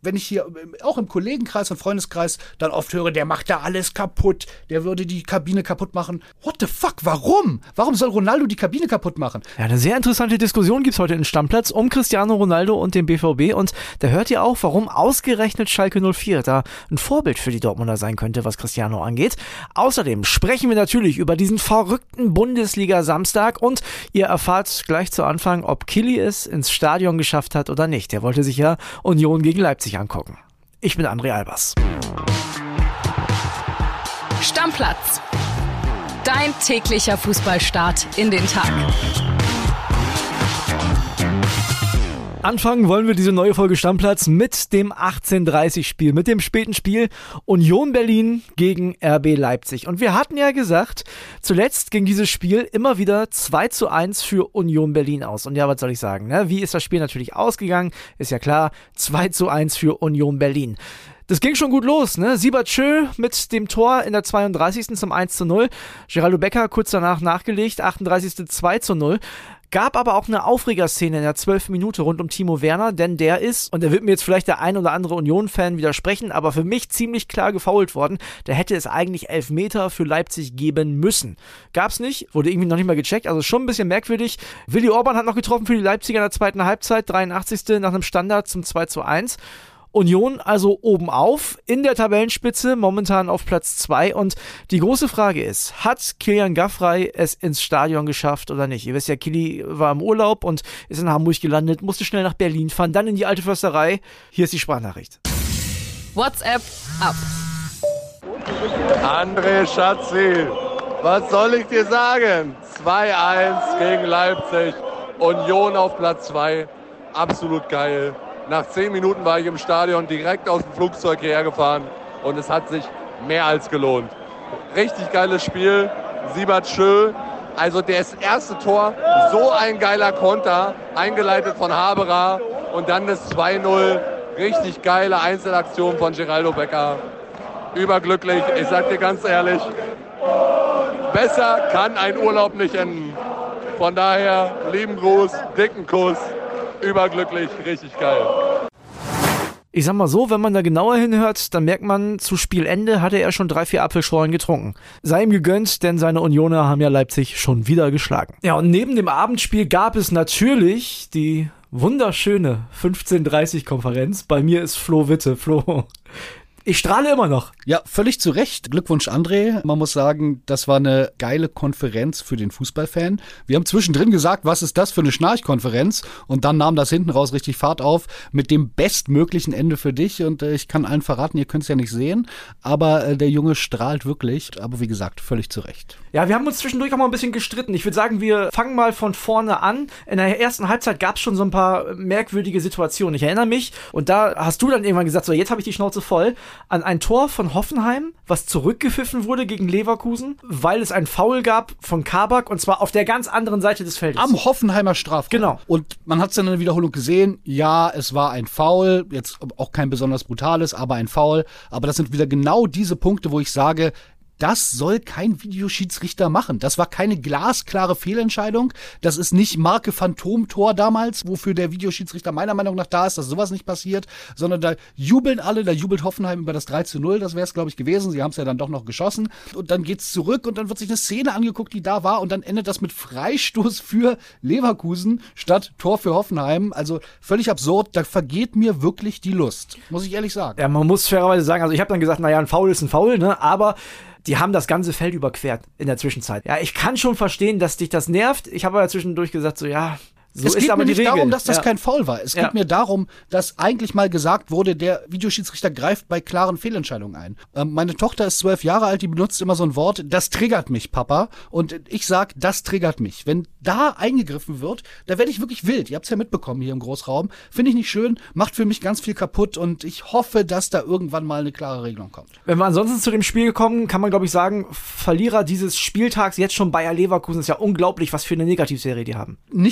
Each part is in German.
wenn ich hier auch im Kollegenkreis und Freundeskreis dann oft höre, der macht da alles kaputt, der würde die Kabine kaputt machen. What the fuck, warum? Warum soll Ronaldo die Kabine kaputt machen? Ja, eine sehr interessante Diskussion gibt's heute in Stammplatz um Cristiano Ronaldo und den BVB und da hört ihr auch, warum ausgerechnet Schalke 04 da ein Vorbild für die Dortmunder sein könnte, was Cristiano angeht. Außerdem sprechen wir natürlich über diesen verrückten Bundesliga-Samstag und ihr erfahrt gleich zu Anfang, ob Killy es ins Stadion geschafft hat oder nicht. Der wollte sich ja Union gegen Leipzig angucken. Ich bin André Albers. Stammplatz. Dein täglicher Fußballstart in den Tag. Anfangen wollen wir diese neue Folge Stammplatz mit dem 18:30-Spiel, mit dem späten Spiel Union Berlin gegen RB Leipzig. Und wir hatten ja gesagt, zuletzt ging dieses Spiel immer wieder 2:1 für Union Berlin aus. Und ja, was soll ich sagen, ne? Wie ist das Spiel natürlich ausgegangen? Ist ja klar, 2:1 für Union Berlin. Das ging schon gut los, ne? Siebert Schö mit dem Tor in der 32. zum 1:0. Geraldo Becker kurz danach nachgelegt, 38. 2:0. Gab aber auch eine Aufregerszene in der 12. Minute rund um Timo Werner, denn der ist, und da wird mir jetzt vielleicht der ein oder andere Union-Fan widersprechen, aber für mich ziemlich klar gefoult worden. Da hätte es eigentlich Elfmeter für Leipzig geben müssen. Gab's nicht, wurde irgendwie noch nicht mal gecheckt, also schon ein bisschen merkwürdig. Willi Orban hat noch getroffen für die Leipziger in der zweiten Halbzeit, 83. nach einem Standard zum 2:1. Union also oben auf, in der Tabellenspitze, momentan auf Platz 2 und die große Frage ist, hat Kilian Gaffrey es ins Stadion geschafft oder nicht? Ihr wisst ja, Kili war im Urlaub und ist in Hamburg gelandet, musste schnell nach Berlin fahren, dann in die alte Försterei. Hier ist die Sprachnachricht. WhatsApp ab. André Schatzi, was soll ich dir sagen? 2:1 gegen Leipzig, Union auf Platz 2, absolut geil. Nach 10 Minuten war ich im Stadion direkt aus dem Flugzeug hierher gefahren und es hat sich mehr als gelohnt. Richtig geiles Spiel, Siebert Schö, also das erste Tor, so ein geiler Konter, eingeleitet von Haberer und dann das 2:0, richtig geile Einzelaktion von Geraldo Becker. Überglücklich, ich sag dir ganz ehrlich, besser kann ein Urlaub nicht enden. Von daher, lieben Gruß, dicken Kuss. Überglücklich, richtig geil. Ich sag mal so, wenn man da genauer hinhört, dann merkt man, zu Spielende hatte er schon 3-4 Apfelschorlen getrunken. Sei ihm gegönnt, denn seine Unioner haben ja Leipzig schon wieder geschlagen. Ja, und neben dem Abendspiel gab es natürlich die wunderschöne 15:30-Konferenz. Bei mir ist Flo Witte. Flo, ich strahle immer noch. Ja, völlig zu Recht. Glückwunsch, André. Man muss sagen, das war eine geile Konferenz für den Fußballfan. Wir haben zwischendrin gesagt, was ist das für eine Schnarchkonferenz? Und dann nahm das hinten raus richtig Fahrt auf mit dem bestmöglichen Ende für dich. Und ich kann allen verraten, ihr könnt es ja nicht sehen, aber der Junge strahlt wirklich. Aber wie gesagt, völlig zu Recht. Ja, wir haben uns zwischendurch auch mal ein bisschen gestritten. Ich würde sagen, wir fangen mal von vorne an. In der ersten Halbzeit gab es schon so ein paar merkwürdige Situationen. Ich erinnere mich, und da hast du dann irgendwann gesagt, so jetzt habe ich die Schnauze voll, an ein Tor von Hoffenheim, was zurückgepfiffen wurde gegen Leverkusen, weil es ein Foul gab von Kabak, und zwar auf der ganz anderen Seite des Feldes. Am Hoffenheimer Strafraum. Genau. Und man hat es dann in der Wiederholung gesehen, ja, es war ein Foul, jetzt auch kein besonders brutales, aber ein Foul. Aber das sind wieder genau diese Punkte, wo ich sage, das soll kein Videoschiedsrichter machen. Das war keine glasklare Fehlentscheidung. Das ist nicht Marke Phantomtor damals, wofür der Videoschiedsrichter meiner Meinung nach da ist, dass sowas nicht passiert, sondern da jubeln alle, da jubelt Hoffenheim über das 3:0. Das wäre es, glaube ich, gewesen. Sie haben es ja dann doch noch geschossen. Und dann geht's zurück und dann wird sich eine Szene angeguckt, die da war, und dann endet das mit Freistoß für Leverkusen statt Tor für Hoffenheim. Also völlig absurd. Da vergeht mir wirklich die Lust, muss ich ehrlich sagen. Ja, man muss fairerweise sagen, also ich habe dann gesagt, naja, ein Foul ist ein Foul, ne, aber die haben das ganze Feld überquert in der Zwischenzeit. Ja, ich kann schon verstehen, dass dich das nervt. Ich habe aber zwischendurch gesagt, so ja, so es ist geht aber mir die nicht Regel. darum, dass das kein Foul war. Es geht mir darum, dass eigentlich mal gesagt wurde, der Videoschiedsrichter greift bei klaren Fehlentscheidungen ein. Meine Tochter ist 12 Jahre alt, die benutzt immer so ein Wort, das triggert mich, Papa. Und ich sag, das triggert mich. Wenn da eingegriffen wird, da werde ich wirklich wild. Ihr habt es ja mitbekommen hier im Großraum. Finde ich nicht schön, macht für mich ganz viel kaputt, und ich hoffe, dass da irgendwann mal eine klare Regelung kommt. Wenn wir ansonsten zu dem Spiel kommen, kann man, glaube ich, sagen, Verlierer dieses Spieltags jetzt schon Bayer Leverkusen, ist ja unglaublich, was für eine Negativserie die haben. Nicht zu fassen.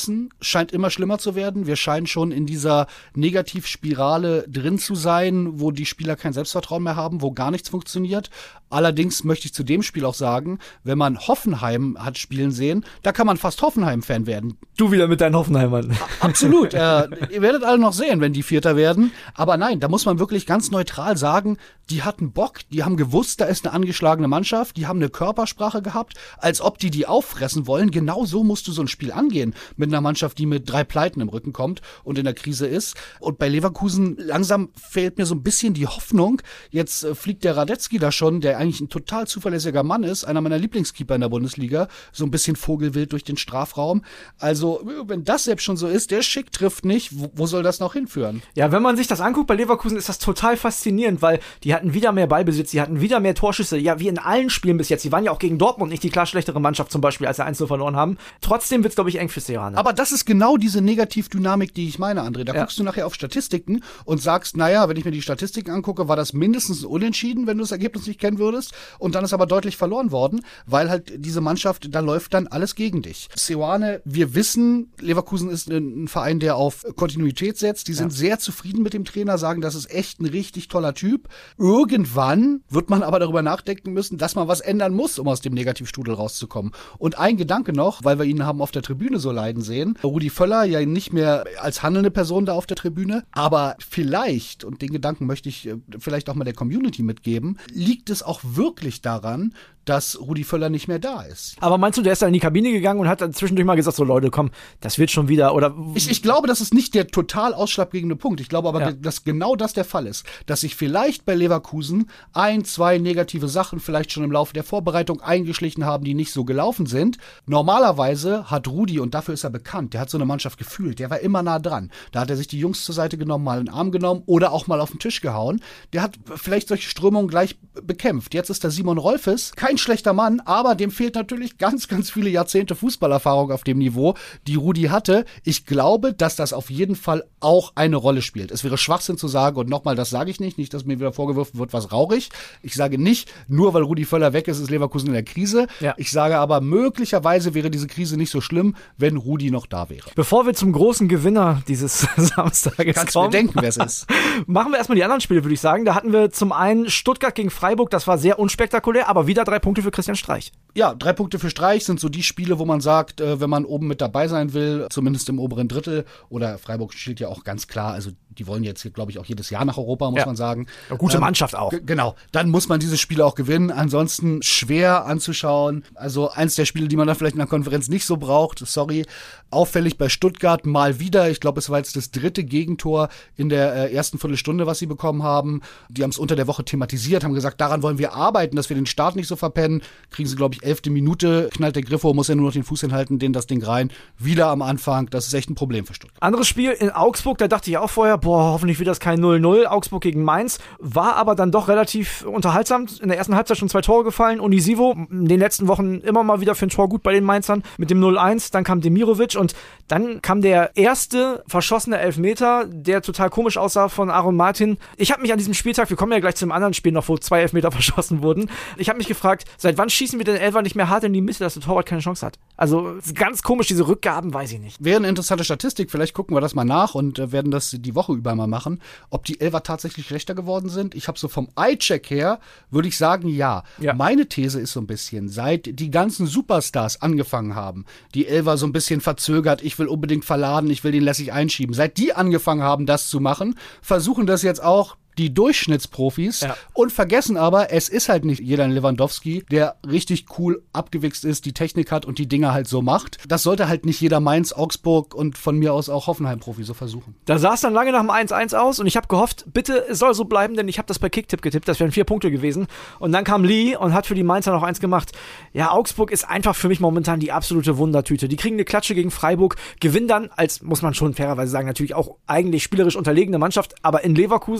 lassen. Scheint immer schlimmer zu werden. Wir scheinen schon in dieser Negativspirale drin zu sein, wo die Spieler kein Selbstvertrauen mehr haben, wo gar nichts funktioniert. Allerdings möchte ich zu dem Spiel auch sagen, wenn man Hoffenheim hat spielen sehen, da kann man fast Hoffenheim-Fan werden. Du wieder mit deinen Hoffenheimern. Absolut. Ihr werdet alle noch sehen, wenn die Vierter werden. Aber nein, da muss man wirklich ganz neutral sagen, die hatten Bock, die haben gewusst, da ist eine angeschlagene Mannschaft, die haben eine Körpersprache gehabt, als ob die auffressen wollen. Genau so musst du so ein Spiel angehen mit einer Mannschaft, die mit 3 Pleiten im Rücken kommt und in der Krise ist. Und bei Leverkusen langsam fehlt mir so ein bisschen die Hoffnung. Jetzt fliegt der Radetzky da schon, der eigentlich ein total zuverlässiger Mann ist, einer meiner Lieblingskeeper in der Bundesliga, so ein bisschen vogelwild durch den Strafraum. Also, wenn das selbst schon so ist, der Schick trifft nicht, wo soll das noch hinführen? Ja, wenn man sich das anguckt bei Leverkusen, ist das total faszinierend, weil die hatten wieder mehr Ballbesitz, die hatten wieder mehr Torschüsse, ja, wie in allen Spielen bis jetzt. Die waren ja auch gegen Dortmund nicht die klar schlechtere Mannschaft zum Beispiel, als sie 1-0 verloren haben. Trotzdem wird's, glaube ich, eng für Seoane. Aber das ist genau diese Negativdynamik, die ich meine, André. Da guckst du nachher auf Statistiken und sagst, naja, wenn ich mir die Statistiken angucke, war das mindestens ein Unentschieden, wenn du das Ergebnis nicht kennen würdest. Und dann ist aber deutlich verloren worden, weil halt diese Mannschaft, da läuft dann alles gegen dich. Seoane, wir wissen, Leverkusen ist ein Verein, der auf Kontinuität setzt. Die sind sehr zufrieden mit dem Trainer, sagen, das ist echt ein richtig toller Typ. Irgendwann wird man aber darüber nachdenken müssen, dass man was ändern muss, um aus dem Negativstrudel rauszukommen. Und ein Gedanke noch, weil wir ihn haben auf der Tribüne so leiden sehen. Rudi Völler ja nicht mehr als handelnde Person da auf der Tribüne, aber vielleicht, und den Gedanken möchte ich vielleicht auch mal der Community mitgeben, liegt es auch wirklich daran, dass Rudi Völler nicht mehr da ist. Aber meinst du, der ist dann in die Kabine gegangen und hat dann zwischendurch mal gesagt, so Leute, komm, das wird schon wieder, oder? Ich glaube, das ist nicht der total ausschlaggebende Punkt. Ich glaube aber, dass genau das der Fall ist. Dass sich vielleicht bei Leverkusen 1, 2 negative Sachen vielleicht schon im Laufe der Vorbereitung eingeschlichen haben, die nicht so gelaufen sind. Normalerweise hat Rudi, und dafür ist er bekannt, der hat so eine Mannschaft gefühlt, der war immer nah dran. Da hat er sich die Jungs zur Seite genommen, mal in den Arm genommen oder auch mal auf den Tisch gehauen. Der hat vielleicht solche Strömungen gleich bekämpft. Jetzt ist da Simon Rolfes, kein schlechter Mann, aber dem fehlt natürlich ganz, ganz viele Jahrzehnte Fußballerfahrung auf dem Niveau, die Rudi hatte. Ich glaube, dass das auf jeden Fall auch eine Rolle spielt. Es wäre Schwachsinn zu sagen, und nochmal, das sage ich nicht, dass mir wieder vorgeworfen wird, was rauchig. Ich sage nicht, nur weil Rudi Völler weg ist, ist Leverkusen in der Krise. Ja. Ich sage aber, möglicherweise wäre diese Krise nicht so schlimm, wenn Rudi noch da wäre. Bevor wir zum großen Gewinner dieses Samstages Kannst kommen, du mir denken, wer es ist. Machen wir erstmal die anderen Spiele, würde ich sagen. Da hatten wir zum einen Stuttgart gegen Freiburg, das war sehr unspektakulär, aber wieder 3 Punkte für Christian Streich. Ja, 3 Punkte für Streich sind so die Spiele, wo man sagt, wenn man oben mit dabei sein will, zumindest im oberen Drittel, oder Freiburg steht ja auch ganz klar, also die wollen jetzt, glaube ich, auch jedes Jahr nach Europa, muss man sagen. Ja, gute Mannschaft auch. Genau, dann muss man diese Spiele auch gewinnen, ansonsten schwer anzuschauen. Also eins der Spiele, die man dann vielleicht in der Konferenz nicht so braucht, sorry. Auffällig bei Stuttgart mal wieder, ich glaube, es war jetzt das 3. Gegentor in der ersten Viertelstunde, was sie bekommen haben. Die haben es unter der Woche thematisiert, haben gesagt, daran wollen wir arbeiten, dass wir den Start nicht so verpennen. Kriegen sie, glaube ich, 11. Minute, knallt der Griffo, muss ja nur noch den Fuß hinhalten, den das Ding rein. Wieder am Anfang, das ist echt ein Problem für Stuttgart. Anderes Spiel in Augsburg, da dachte ich auch vorher, hoffentlich wird das kein 0-0. Augsburg gegen Mainz, war aber dann doch relativ unterhaltsam. In der ersten Halbzeit schon 2 Tore gefallen. Unisivo, in den letzten Wochen immer mal wieder für ein Tor gut bei den Mainzern mit dem 0-1. Dann kam Demirovic und dann kam der erste verschossene Elfmeter, der total komisch aussah von Aaron Martin. Ich habe mich an diesem Spieltag, wir kommen ja gleich zu einem anderen Spiel noch, wo 2 Elfmeter verschossen wurden. Ich habe mich gefragt, seit wann schießen wir den Elfer nicht mehr hart in die Mitte, dass der Torwart keine Chance hat? Also ganz komisch, diese Rückgaben, weiß ich nicht. Wäre eine interessante Statistik, vielleicht gucken wir das mal nach und werden das die Woche über mal machen, ob die Elfer tatsächlich schlechter geworden sind. Ich habe so vom Eye-Check her, würde ich sagen, ja. Meine These ist so ein bisschen, seit die ganzen Superstars angefangen haben, die Elfer so ein bisschen verzögert, ich will unbedingt verladen, ich will den lässig einschieben, seit die angefangen haben, das zu machen, versuchen das jetzt auch die Durchschnittsprofis und vergessen aber, es ist halt nicht jeder Lewandowski, der richtig cool abgewichst ist, die Technik hat und die Dinger halt so macht. Das sollte halt nicht jeder Mainz, Augsburg und von mir aus auch Hoffenheim-Profi so versuchen. Da sah es dann lange nach dem 1-1 aus und ich habe gehofft, bitte, es soll so bleiben, denn ich habe das bei Kicktipp getippt, das wären 4 Punkte gewesen. Und dann kam Lee und hat für die Mainzer noch 1 gemacht. Ja, Augsburg ist einfach für mich momentan die absolute Wundertüte. Die kriegen eine Klatsche gegen Freiburg, gewinnen dann als, muss man schon fairerweise sagen, natürlich auch eigentlich spielerisch unterlegene Mannschaft, aber in Leverkusen. Und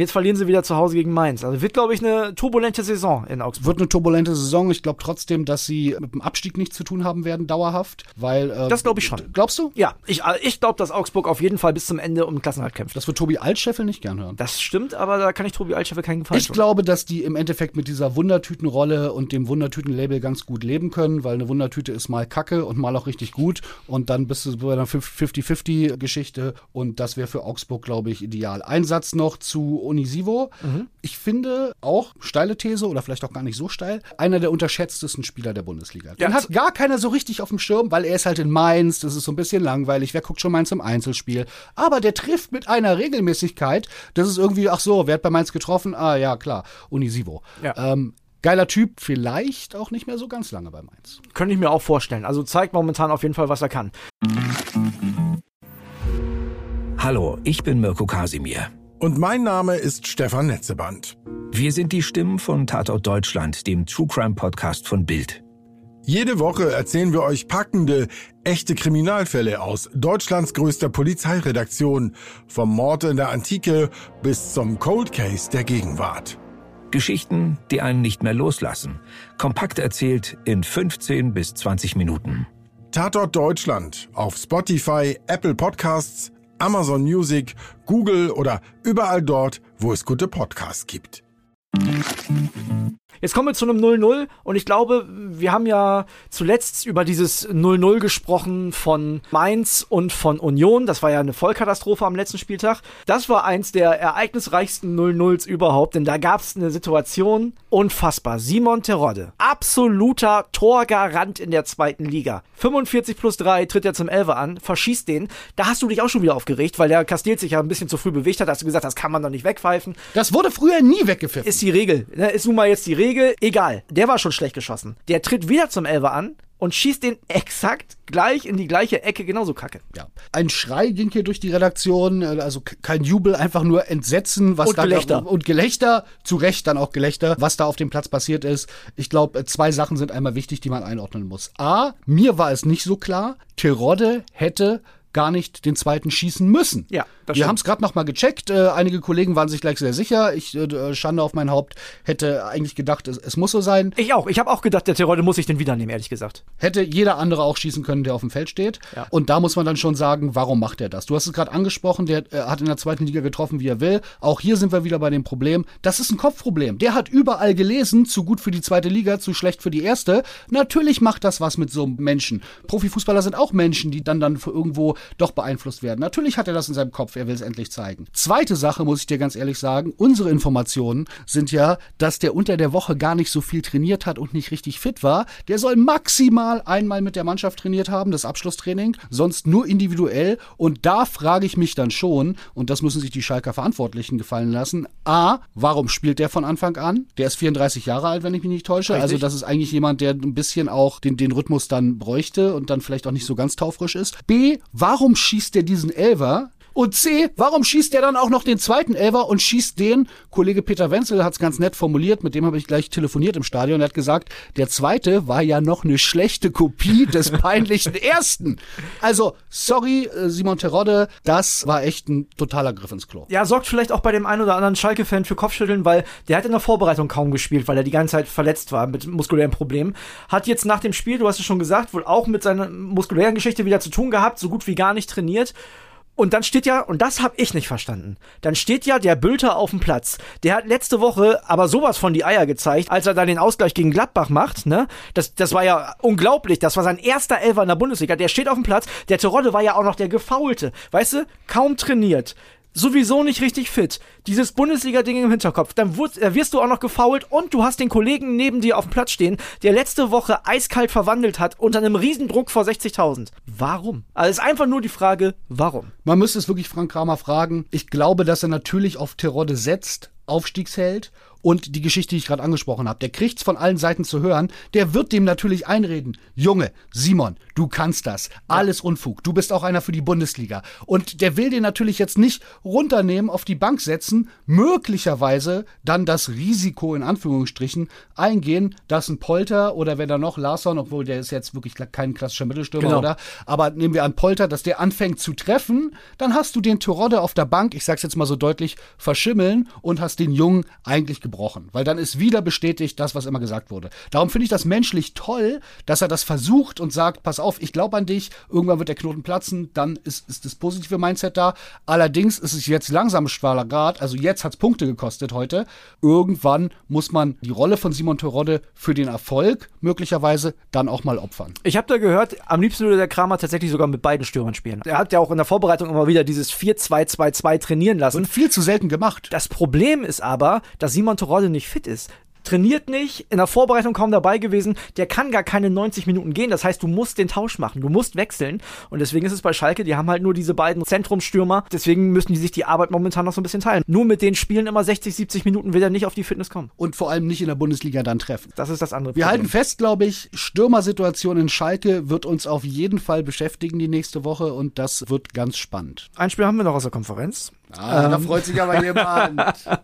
jetzt verlieren sie wieder zu Hause gegen Mainz. Also wird, glaube ich, eine turbulente Saison in Augsburg. Wird eine turbulente Saison. Ich glaube trotzdem, dass sie mit dem Abstieg nichts zu tun haben werden, dauerhaft. Weil, das glaube ich schon. Glaubst du? Ja, ich glaube, dass Augsburg auf jeden Fall bis zum Ende um den Klassenerhalt kämpft. Das wird Tobi Altscheffel nicht gern hören. Das stimmt, aber da kann ich Tobi Altscheffel keinen Gefallen tun. Ich glaube, dass die im Endeffekt mit dieser Wundertütenrolle und dem Wundertüten-Label ganz gut leben können, weil eine Wundertüte ist mal kacke und mal auch richtig gut und dann bist du bei einer 50-50-Geschichte und das wäre für Augsburg, glaube ich, ideal. Ein Satz noch zu Onisivo. Ich finde auch, steile These oder vielleicht auch gar nicht so steil, einer der unterschätztesten Spieler der Bundesliga. Den hat gar keiner so richtig auf dem Schirm, weil er ist halt in Mainz, das ist so ein bisschen langweilig, wer guckt schon Mainz im Einzelspiel. Aber der trifft mit einer Regelmäßigkeit, das ist irgendwie, ach so, wer hat bei Mainz getroffen? Ah ja, klar, Onisivo. Ja. Geiler Typ, vielleicht auch nicht mehr so ganz lange bei Mainz. Könnte ich mir auch vorstellen. Also zeigt momentan auf jeden Fall, was er kann. Hallo, ich bin Mirko Kasimir. Und mein Name ist Stefan Netzeband. Wir sind die Stimmen von Tatort Deutschland, dem True Crime Podcast von Bild. Jede Woche erzählen wir euch packende, echte Kriminalfälle aus Deutschlands größter Polizeiredaktion. Vom Mord in der Antike bis zum Cold Case der Gegenwart. Geschichten, die einen nicht mehr loslassen. Kompakt erzählt in 15 bis 20 Minuten. Tatort Deutschland auf Spotify, Apple Podcasts, Amazon Music, Google oder überall dort, wo es gute Podcasts gibt. Jetzt kommen wir zu einem 0-0 und ich glaube, wir haben ja zuletzt über dieses 0-0 gesprochen von Mainz und von Union. Das war ja eine Vollkatastrophe am letzten Spieltag. Das war eins der ereignisreichsten 0-0s überhaupt, denn da gab es eine Situation, unfassbar. Simon Terodde, absoluter Torgarant in der zweiten Liga. 45+3 tritt er zum Elfer an, verschießt den. Da hast du dich auch schon wieder aufgeregt, weil der Castells sich ja ein bisschen zu früh bewegt hat. Da hast du gesagt, das kann man doch nicht wegpfeifen. Das wurde früher nie weggepfiffen. Ist die Regel. Ist nun mal jetzt die Regel. Egal. Der war schon schlecht geschossen. Der tritt wieder zum Elfer an und schießt den exakt gleich in die gleiche Ecke, genauso kacke. Ja. Ein Schrei ging hier durch die Redaktion, also kein Jubel, einfach nur Entsetzen. Was und Gelächter. Und Gelächter, zu Recht dann auch Gelächter, was da auf dem Platz passiert ist. Ich glaube, zwei Sachen sind einmal wichtig, die man einordnen muss. A, mir war es nicht so klar, Terodde hätte gar nicht den zweiten schießen müssen. Ja, wir haben es gerade noch mal gecheckt. Einige Kollegen waren sich gleich sehr sicher. Ich, Schande auf mein Haupt, hätte eigentlich gedacht, es muss so sein. Ich auch. Ich habe auch gedacht, der Terodde muss sich den wieder nehmen, ehrlich gesagt. Hätte jeder andere auch schießen können, der auf dem Feld steht. Ja. Und da muss man dann schon sagen, warum macht er das? Du hast es gerade angesprochen, der hat in der zweiten Liga getroffen, wie er will. Auch hier sind wir wieder bei dem Problem. Das ist ein Kopfproblem. Der hat überall gelesen, zu gut für die zweite Liga, zu schlecht für die erste. Natürlich macht das was mit so einem Menschen. Profifußballer sind auch Menschen, die dann für irgendwo doch beeinflusst werden. Natürlich hat er das in seinem Kopf, er will es endlich zeigen. Zweite Sache, muss ich dir ganz ehrlich sagen, unsere Informationen sind ja, dass der unter der Woche gar nicht so viel trainiert hat und nicht richtig fit war. Der soll maximal einmal mit der Mannschaft trainiert haben, das Abschlusstraining, sonst nur individuell. Und da frage ich mich dann schon, und das müssen sich die Schalker Verantwortlichen gefallen lassen, A, warum spielt der von Anfang an? Der ist 34 Jahre alt, wenn ich mich nicht täusche. Richtig. Also das ist eigentlich jemand, der ein bisschen auch den Rhythmus dann bräuchte und dann vielleicht auch nicht so ganz taufrisch ist. B, warum schießt der diesen Elfer? Und C, warum schießt der dann auch noch den zweiten Elfer und schießt den? Kollege Peter Wenzel hat es ganz nett formuliert, mit dem habe ich gleich telefoniert im Stadion. Er hat gesagt, der zweite war ja noch eine schlechte Kopie des peinlichen ersten. Also, sorry, Simon Terodde, das war echt ein totaler Griff ins Klo. Ja, sorgt vielleicht auch bei dem einen oder anderen Schalke-Fan für Kopfschütteln, weil der hat in der Vorbereitung kaum gespielt, weil er die ganze Zeit verletzt war mit muskulären Problemen. Hat jetzt nach dem Spiel, du hast es schon gesagt, wohl auch mit seiner muskulären Geschichte wieder zu tun gehabt, so gut wie gar nicht trainiert. Und dann steht ja, und das habe ich nicht verstanden, dann steht ja der Bülter auf dem Platz. Der hat letzte Woche aber sowas von die Eier gezeigt, als er dann den Ausgleich gegen Gladbach macht, ne? Das war ja unglaublich, das war sein erster Elfer in der Bundesliga. Der steht auf dem Platz, der Terodde war ja auch noch der Gefaulte, weißt du? Kaum trainiert. Sowieso nicht richtig fit. Dieses Bundesliga-Ding im Hinterkopf. Dann wirst du auch noch gefoult und du hast den Kollegen neben dir auf dem Platz stehen, der letzte Woche eiskalt verwandelt hat unter einem Riesendruck vor 60.000. Warum? Also ist einfach nur die Frage, warum? Man müsste es wirklich Frank Kramer fragen. Ich glaube, dass er natürlich auf Terodde setzt, Aufstiegsheld. und die Geschichte, die ich gerade angesprochen habe, der kriegt's von allen Seiten zu hören, der wird dem natürlich einreden. Junge, Simon, du kannst das. Alles Unfug. Du bist auch einer für die Bundesliga. Und der will den natürlich jetzt nicht runternehmen, auf die Bank setzen, möglicherweise dann das Risiko in Anführungsstrichen eingehen, dass ein Polter oder wenn da noch Larsson, obwohl der ist jetzt wirklich kein klassischer Mittelstürmer, Genau. oder? Aber nehmen wir an Polter, dass der anfängt zu treffen, dann hast du den Terodde auf der Bank, ich sag's jetzt mal so deutlich, verschimmeln und hast den Jungen eigentlich gebrochen. Weil dann ist wieder bestätigt das, was immer gesagt wurde. Darum finde ich das menschlich toll, dass er das versucht und sagt, pass auf, ich glaube an dich, irgendwann wird der Knoten platzen, dann ist das positive Mindset da. Allerdings ist es jetzt langsam schwaler Grad, also jetzt hat's Punkte gekostet heute. Irgendwann muss man die Rolle von Simon Terodde für den Erfolg möglicherweise dann auch mal opfern. Ich habe da gehört, am liebsten würde der Kramer tatsächlich sogar mit beiden Stürmern spielen. Er hat ja auch in der Vorbereitung immer wieder dieses 4-2-2-2 trainieren lassen. Und viel zu selten gemacht. Das Problem ist aber, dass Simon Terodde nicht fit ist. Trainiert nicht, in der Vorbereitung kaum dabei gewesen, der kann gar keine 90 Minuten gehen, das heißt, du musst den Tausch machen, du musst wechseln und deswegen ist es bei Schalke, die haben halt nur diese beiden Zentrumsstürmer, deswegen müssen die sich die Arbeit momentan noch so ein bisschen teilen. Nur mit den Spielen immer 60, 70 Minuten will er nicht auf die Fitness kommen. Und vor allem nicht in der Bundesliga dann treffen. Das ist das andere Wir Problem. halten fest, glaube ich, Stürmersituation in Schalke wird uns auf jeden Fall beschäftigen die nächste Woche und das wird ganz spannend. Ein Spiel haben wir noch aus der Konferenz. Da freut sich aber jemand.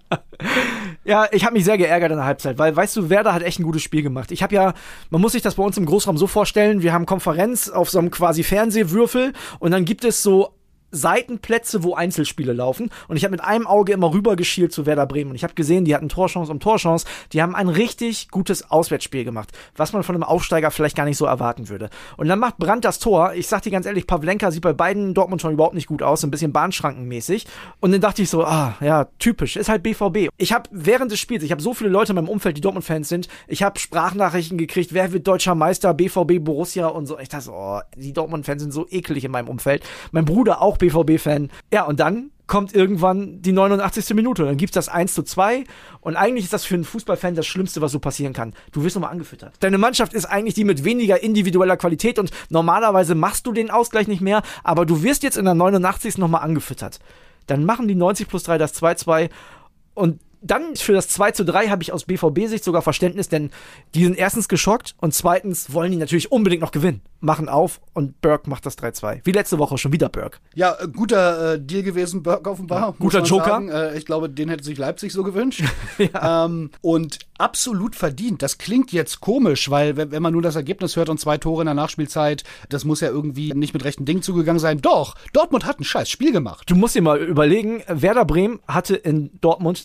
Ja, ich habe mich sehr geärgert in der Halbzeit, weil, weißt du, Werder hat echt ein gutes Spiel gemacht. Ich habe ja, man muss sich das bei uns im Großraum so vorstellen, wir haben Konferenz auf so einem quasi Fernsehwürfel und dann gibt es so Seitenplätze, wo Einzelspiele laufen. Und ich habe mit einem Auge immer rüber geschielt zu Werder Bremen. Und ich habe gesehen, die hatten Torchance um Torchance. Die haben ein richtig gutes Auswärtsspiel gemacht, was man von einem Aufsteiger vielleicht gar nicht so erwarten würde. Und dann macht Brandt das Tor. Ich sag dir ganz ehrlich, Pavlenka sieht bei beiden Dortmund-Toren überhaupt nicht gut aus. Ein bisschen bahnschrankenmäßig. Und dann dachte ich so, ja, typisch. Ist halt BVB. Ich habe während des Spiels, ich habe so viele Leute in meinem Umfeld, die Dortmund-Fans sind. Ich habe Sprachnachrichten gekriegt, wer wird deutscher Meister, BVB, Borussia und so. Ich dachte so, die Dortmund-Fans sind so eklig in meinem Umfeld. Mein Bruder auch BVB-Fan. Ja, und dann kommt irgendwann die 89. Minute. Dann gibt's das 1:2 und eigentlich ist das für einen Fußballfan das Schlimmste, was so passieren kann. Du wirst nochmal angefüttert. Deine Mannschaft ist eigentlich die mit weniger individueller Qualität und normalerweise machst du den Ausgleich nicht mehr, aber du wirst jetzt in der 89. nochmal angefüttert. Dann machen die 90+3 das 2:2 und dann für das 2:3 habe ich aus BVB-Sicht sogar Verständnis, denn die sind erstens geschockt und zweitens wollen die natürlich unbedingt noch gewinnen. Machen auf und Burke macht das 3:2. Wie letzte Woche schon wieder Burke. Ja, guter Deal gewesen, Burke offenbar. Ja, guter Joker. Sagen. Ich glaube, den hätte sich Leipzig so gewünscht. Ja. Und absolut verdient. Das klingt jetzt komisch, weil wenn man nur das Ergebnis hört und 2 Tore in der Nachspielzeit, das muss ja irgendwie nicht mit rechten Dingen zugegangen sein. Doch, Dortmund hat ein scheiß Spiel gemacht. Du musst dir mal überlegen, Werder Bremen hatte in Dortmund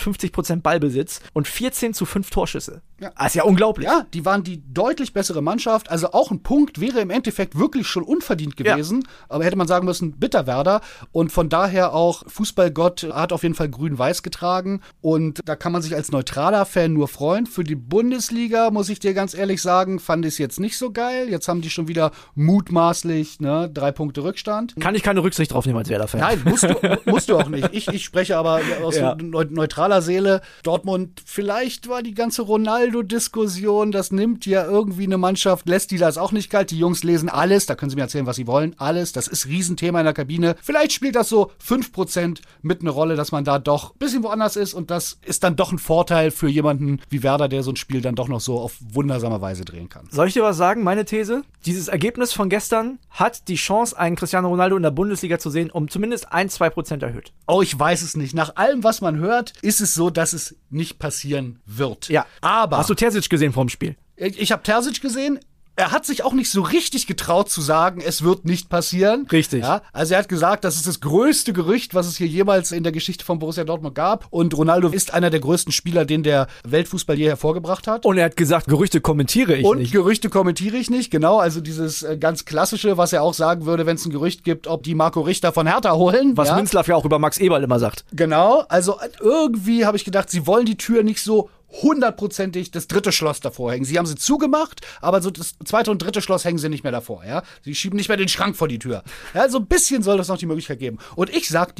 52% Ballbesitz und 14:5 Torschüsse. Ja. Das ist ja unglaublich. Ja, die waren die deutlich bessere Mannschaft. Also auch ein Punkt wäre im Endeffekt wirklich schon unverdient gewesen. Ja. Aber hätte man sagen müssen, bitter Werder. Und von daher auch Fußballgott hat auf jeden Fall grün-weiß getragen. Und da kann man sich als neutraler Fan nur freuen. Für die Bundesliga, muss ich dir ganz ehrlich sagen, fand ich es jetzt nicht so geil. Jetzt haben die schon wieder mutmaßlich 3 Punkte Rückstand. Kann ich keine Rücksicht drauf nehmen als Werder-Fan. Nein, musst du auch nicht. Ich spreche aber aus neutraler Seele. Dortmund, vielleicht war die ganze Ronaldo-Diskussion, das nimmt ja irgendwie eine Mannschaft, lässt die das auch nicht kalt. Die Jungs lesen alles, da können sie mir erzählen, was sie wollen. Alles, das ist Riesenthema in der Kabine. Vielleicht spielt das so 5% mit eine Rolle, dass man da doch ein bisschen woanders ist und das ist dann doch ein Vorteil für jemanden wie Werder, der so ein Spiel dann doch noch so auf wundersame Weise drehen kann. Soll ich dir was sagen? Meine These? Dieses Ergebnis von gestern hat die Chance, einen Cristiano Ronaldo in der Bundesliga zu sehen, um zumindest 1-2% erhöht. Oh, ich weiß es nicht. Nach allem, was man hört, ist es so, dass es nicht passieren wird. Ja. Aber hast du Terzic gesehen vorm Spiel? Ich habe Terzic gesehen. Er hat sich auch nicht so richtig getraut zu sagen, es wird nicht passieren. Richtig. Ja, also er hat gesagt, das ist das größte Gerücht, was es hier jemals in der Geschichte von Borussia Dortmund gab. Und Ronaldo ist einer der größten Spieler, den der Weltfußball je hervorgebracht hat. Und er hat gesagt, Gerüchte kommentiere ich nicht. Und Gerüchte kommentiere ich nicht, genau. Also dieses ganz Klassische, was er auch sagen würde, wenn es ein Gerücht gibt, ob die Marco Richter von Hertha holen. Was Minzlaff ja auch über Max Eberl immer sagt. Genau, also irgendwie habe ich gedacht, sie wollen die Tür nicht so 100%ig das dritte Schloss davor hängen. Sie haben sie zugemacht, aber so das zweite und dritte Schloss hängen sie nicht mehr davor, ja. Sie schieben nicht mehr den Schrank vor die Tür. Ja, so ein bisschen soll das noch die Möglichkeit geben. Und ich sag dir,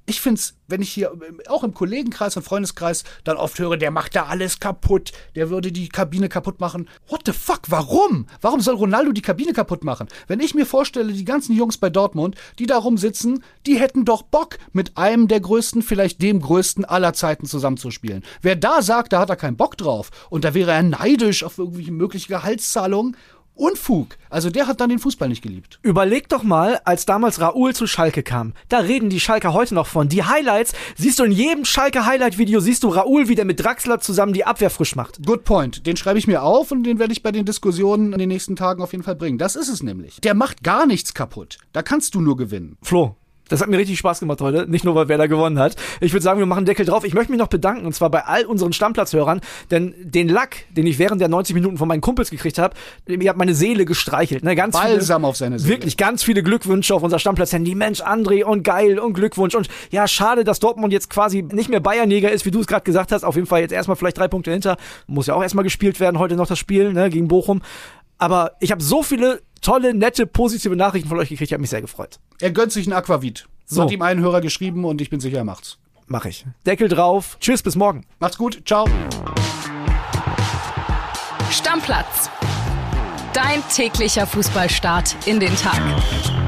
Ich find's, wenn ich hier auch im Kollegenkreis und Freundeskreis dann oft höre, der macht da alles kaputt, der würde die Kabine kaputt machen. What the fuck, warum? Warum soll Ronaldo die Kabine kaputt machen? Wenn ich mir vorstelle, die ganzen Jungs bei Dortmund, die da rumsitzen, die hätten doch Bock, mit einem der größten, vielleicht dem größten aller Zeiten zusammenzuspielen. Wer da sagt, da hat er keinen Bock drauf und da wäre er neidisch auf irgendwelche mögliche Gehaltszahlungen, Unfug. Also der hat dann den Fußball nicht geliebt. Überleg doch mal, als damals Raúl zu Schalke kam. Da reden die Schalker heute noch von. Die Highlights, siehst du in jedem Schalke-Highlight-Video, siehst du Raúl, wie der mit Draxler zusammen die Abwehr frisch macht. Good point. Den schreibe ich mir auf und den werde ich bei den Diskussionen in den nächsten Tagen auf jeden Fall bringen. Das ist es nämlich. Der macht gar nichts kaputt. Da kannst du nur gewinnen. Flo, das hat mir richtig Spaß gemacht heute, nicht nur, weil Werder gewonnen hat. Ich würde sagen, wir machen Deckel drauf. Ich möchte mich noch bedanken, und zwar bei all unseren Stammplatzhörern, denn den Lack, den ich während der 90 Minuten von meinen Kumpels gekriegt habe, ihr habt meine Seele gestreichelt. Ne? Ganz Balsam auf seine Seele. Wirklich ganz viele Glückwünsche auf unser Stammplatz-Handy. Mensch, André und geil und Glückwunsch. Und ja, schade, dass Dortmund jetzt quasi nicht mehr Bayernjäger ist, wie du es gerade gesagt hast. Auf jeden Fall jetzt erstmal vielleicht 3 Punkte hinter. Muss ja auch erstmal gespielt werden, heute noch das Spiel, ne, gegen Bochum. Aber ich habe so viele tolle, nette, positive Nachrichten von euch gekriegt. Ich habe mich sehr gefreut. Er gönnt sich ein Aquavit. So hat ihm einen Hörer geschrieben und ich bin sicher, er macht's. Mach ich. Deckel drauf. Tschüss, bis morgen. Macht's gut. Ciao. Stammplatz. Dein täglicher Fußballstart in den Tag.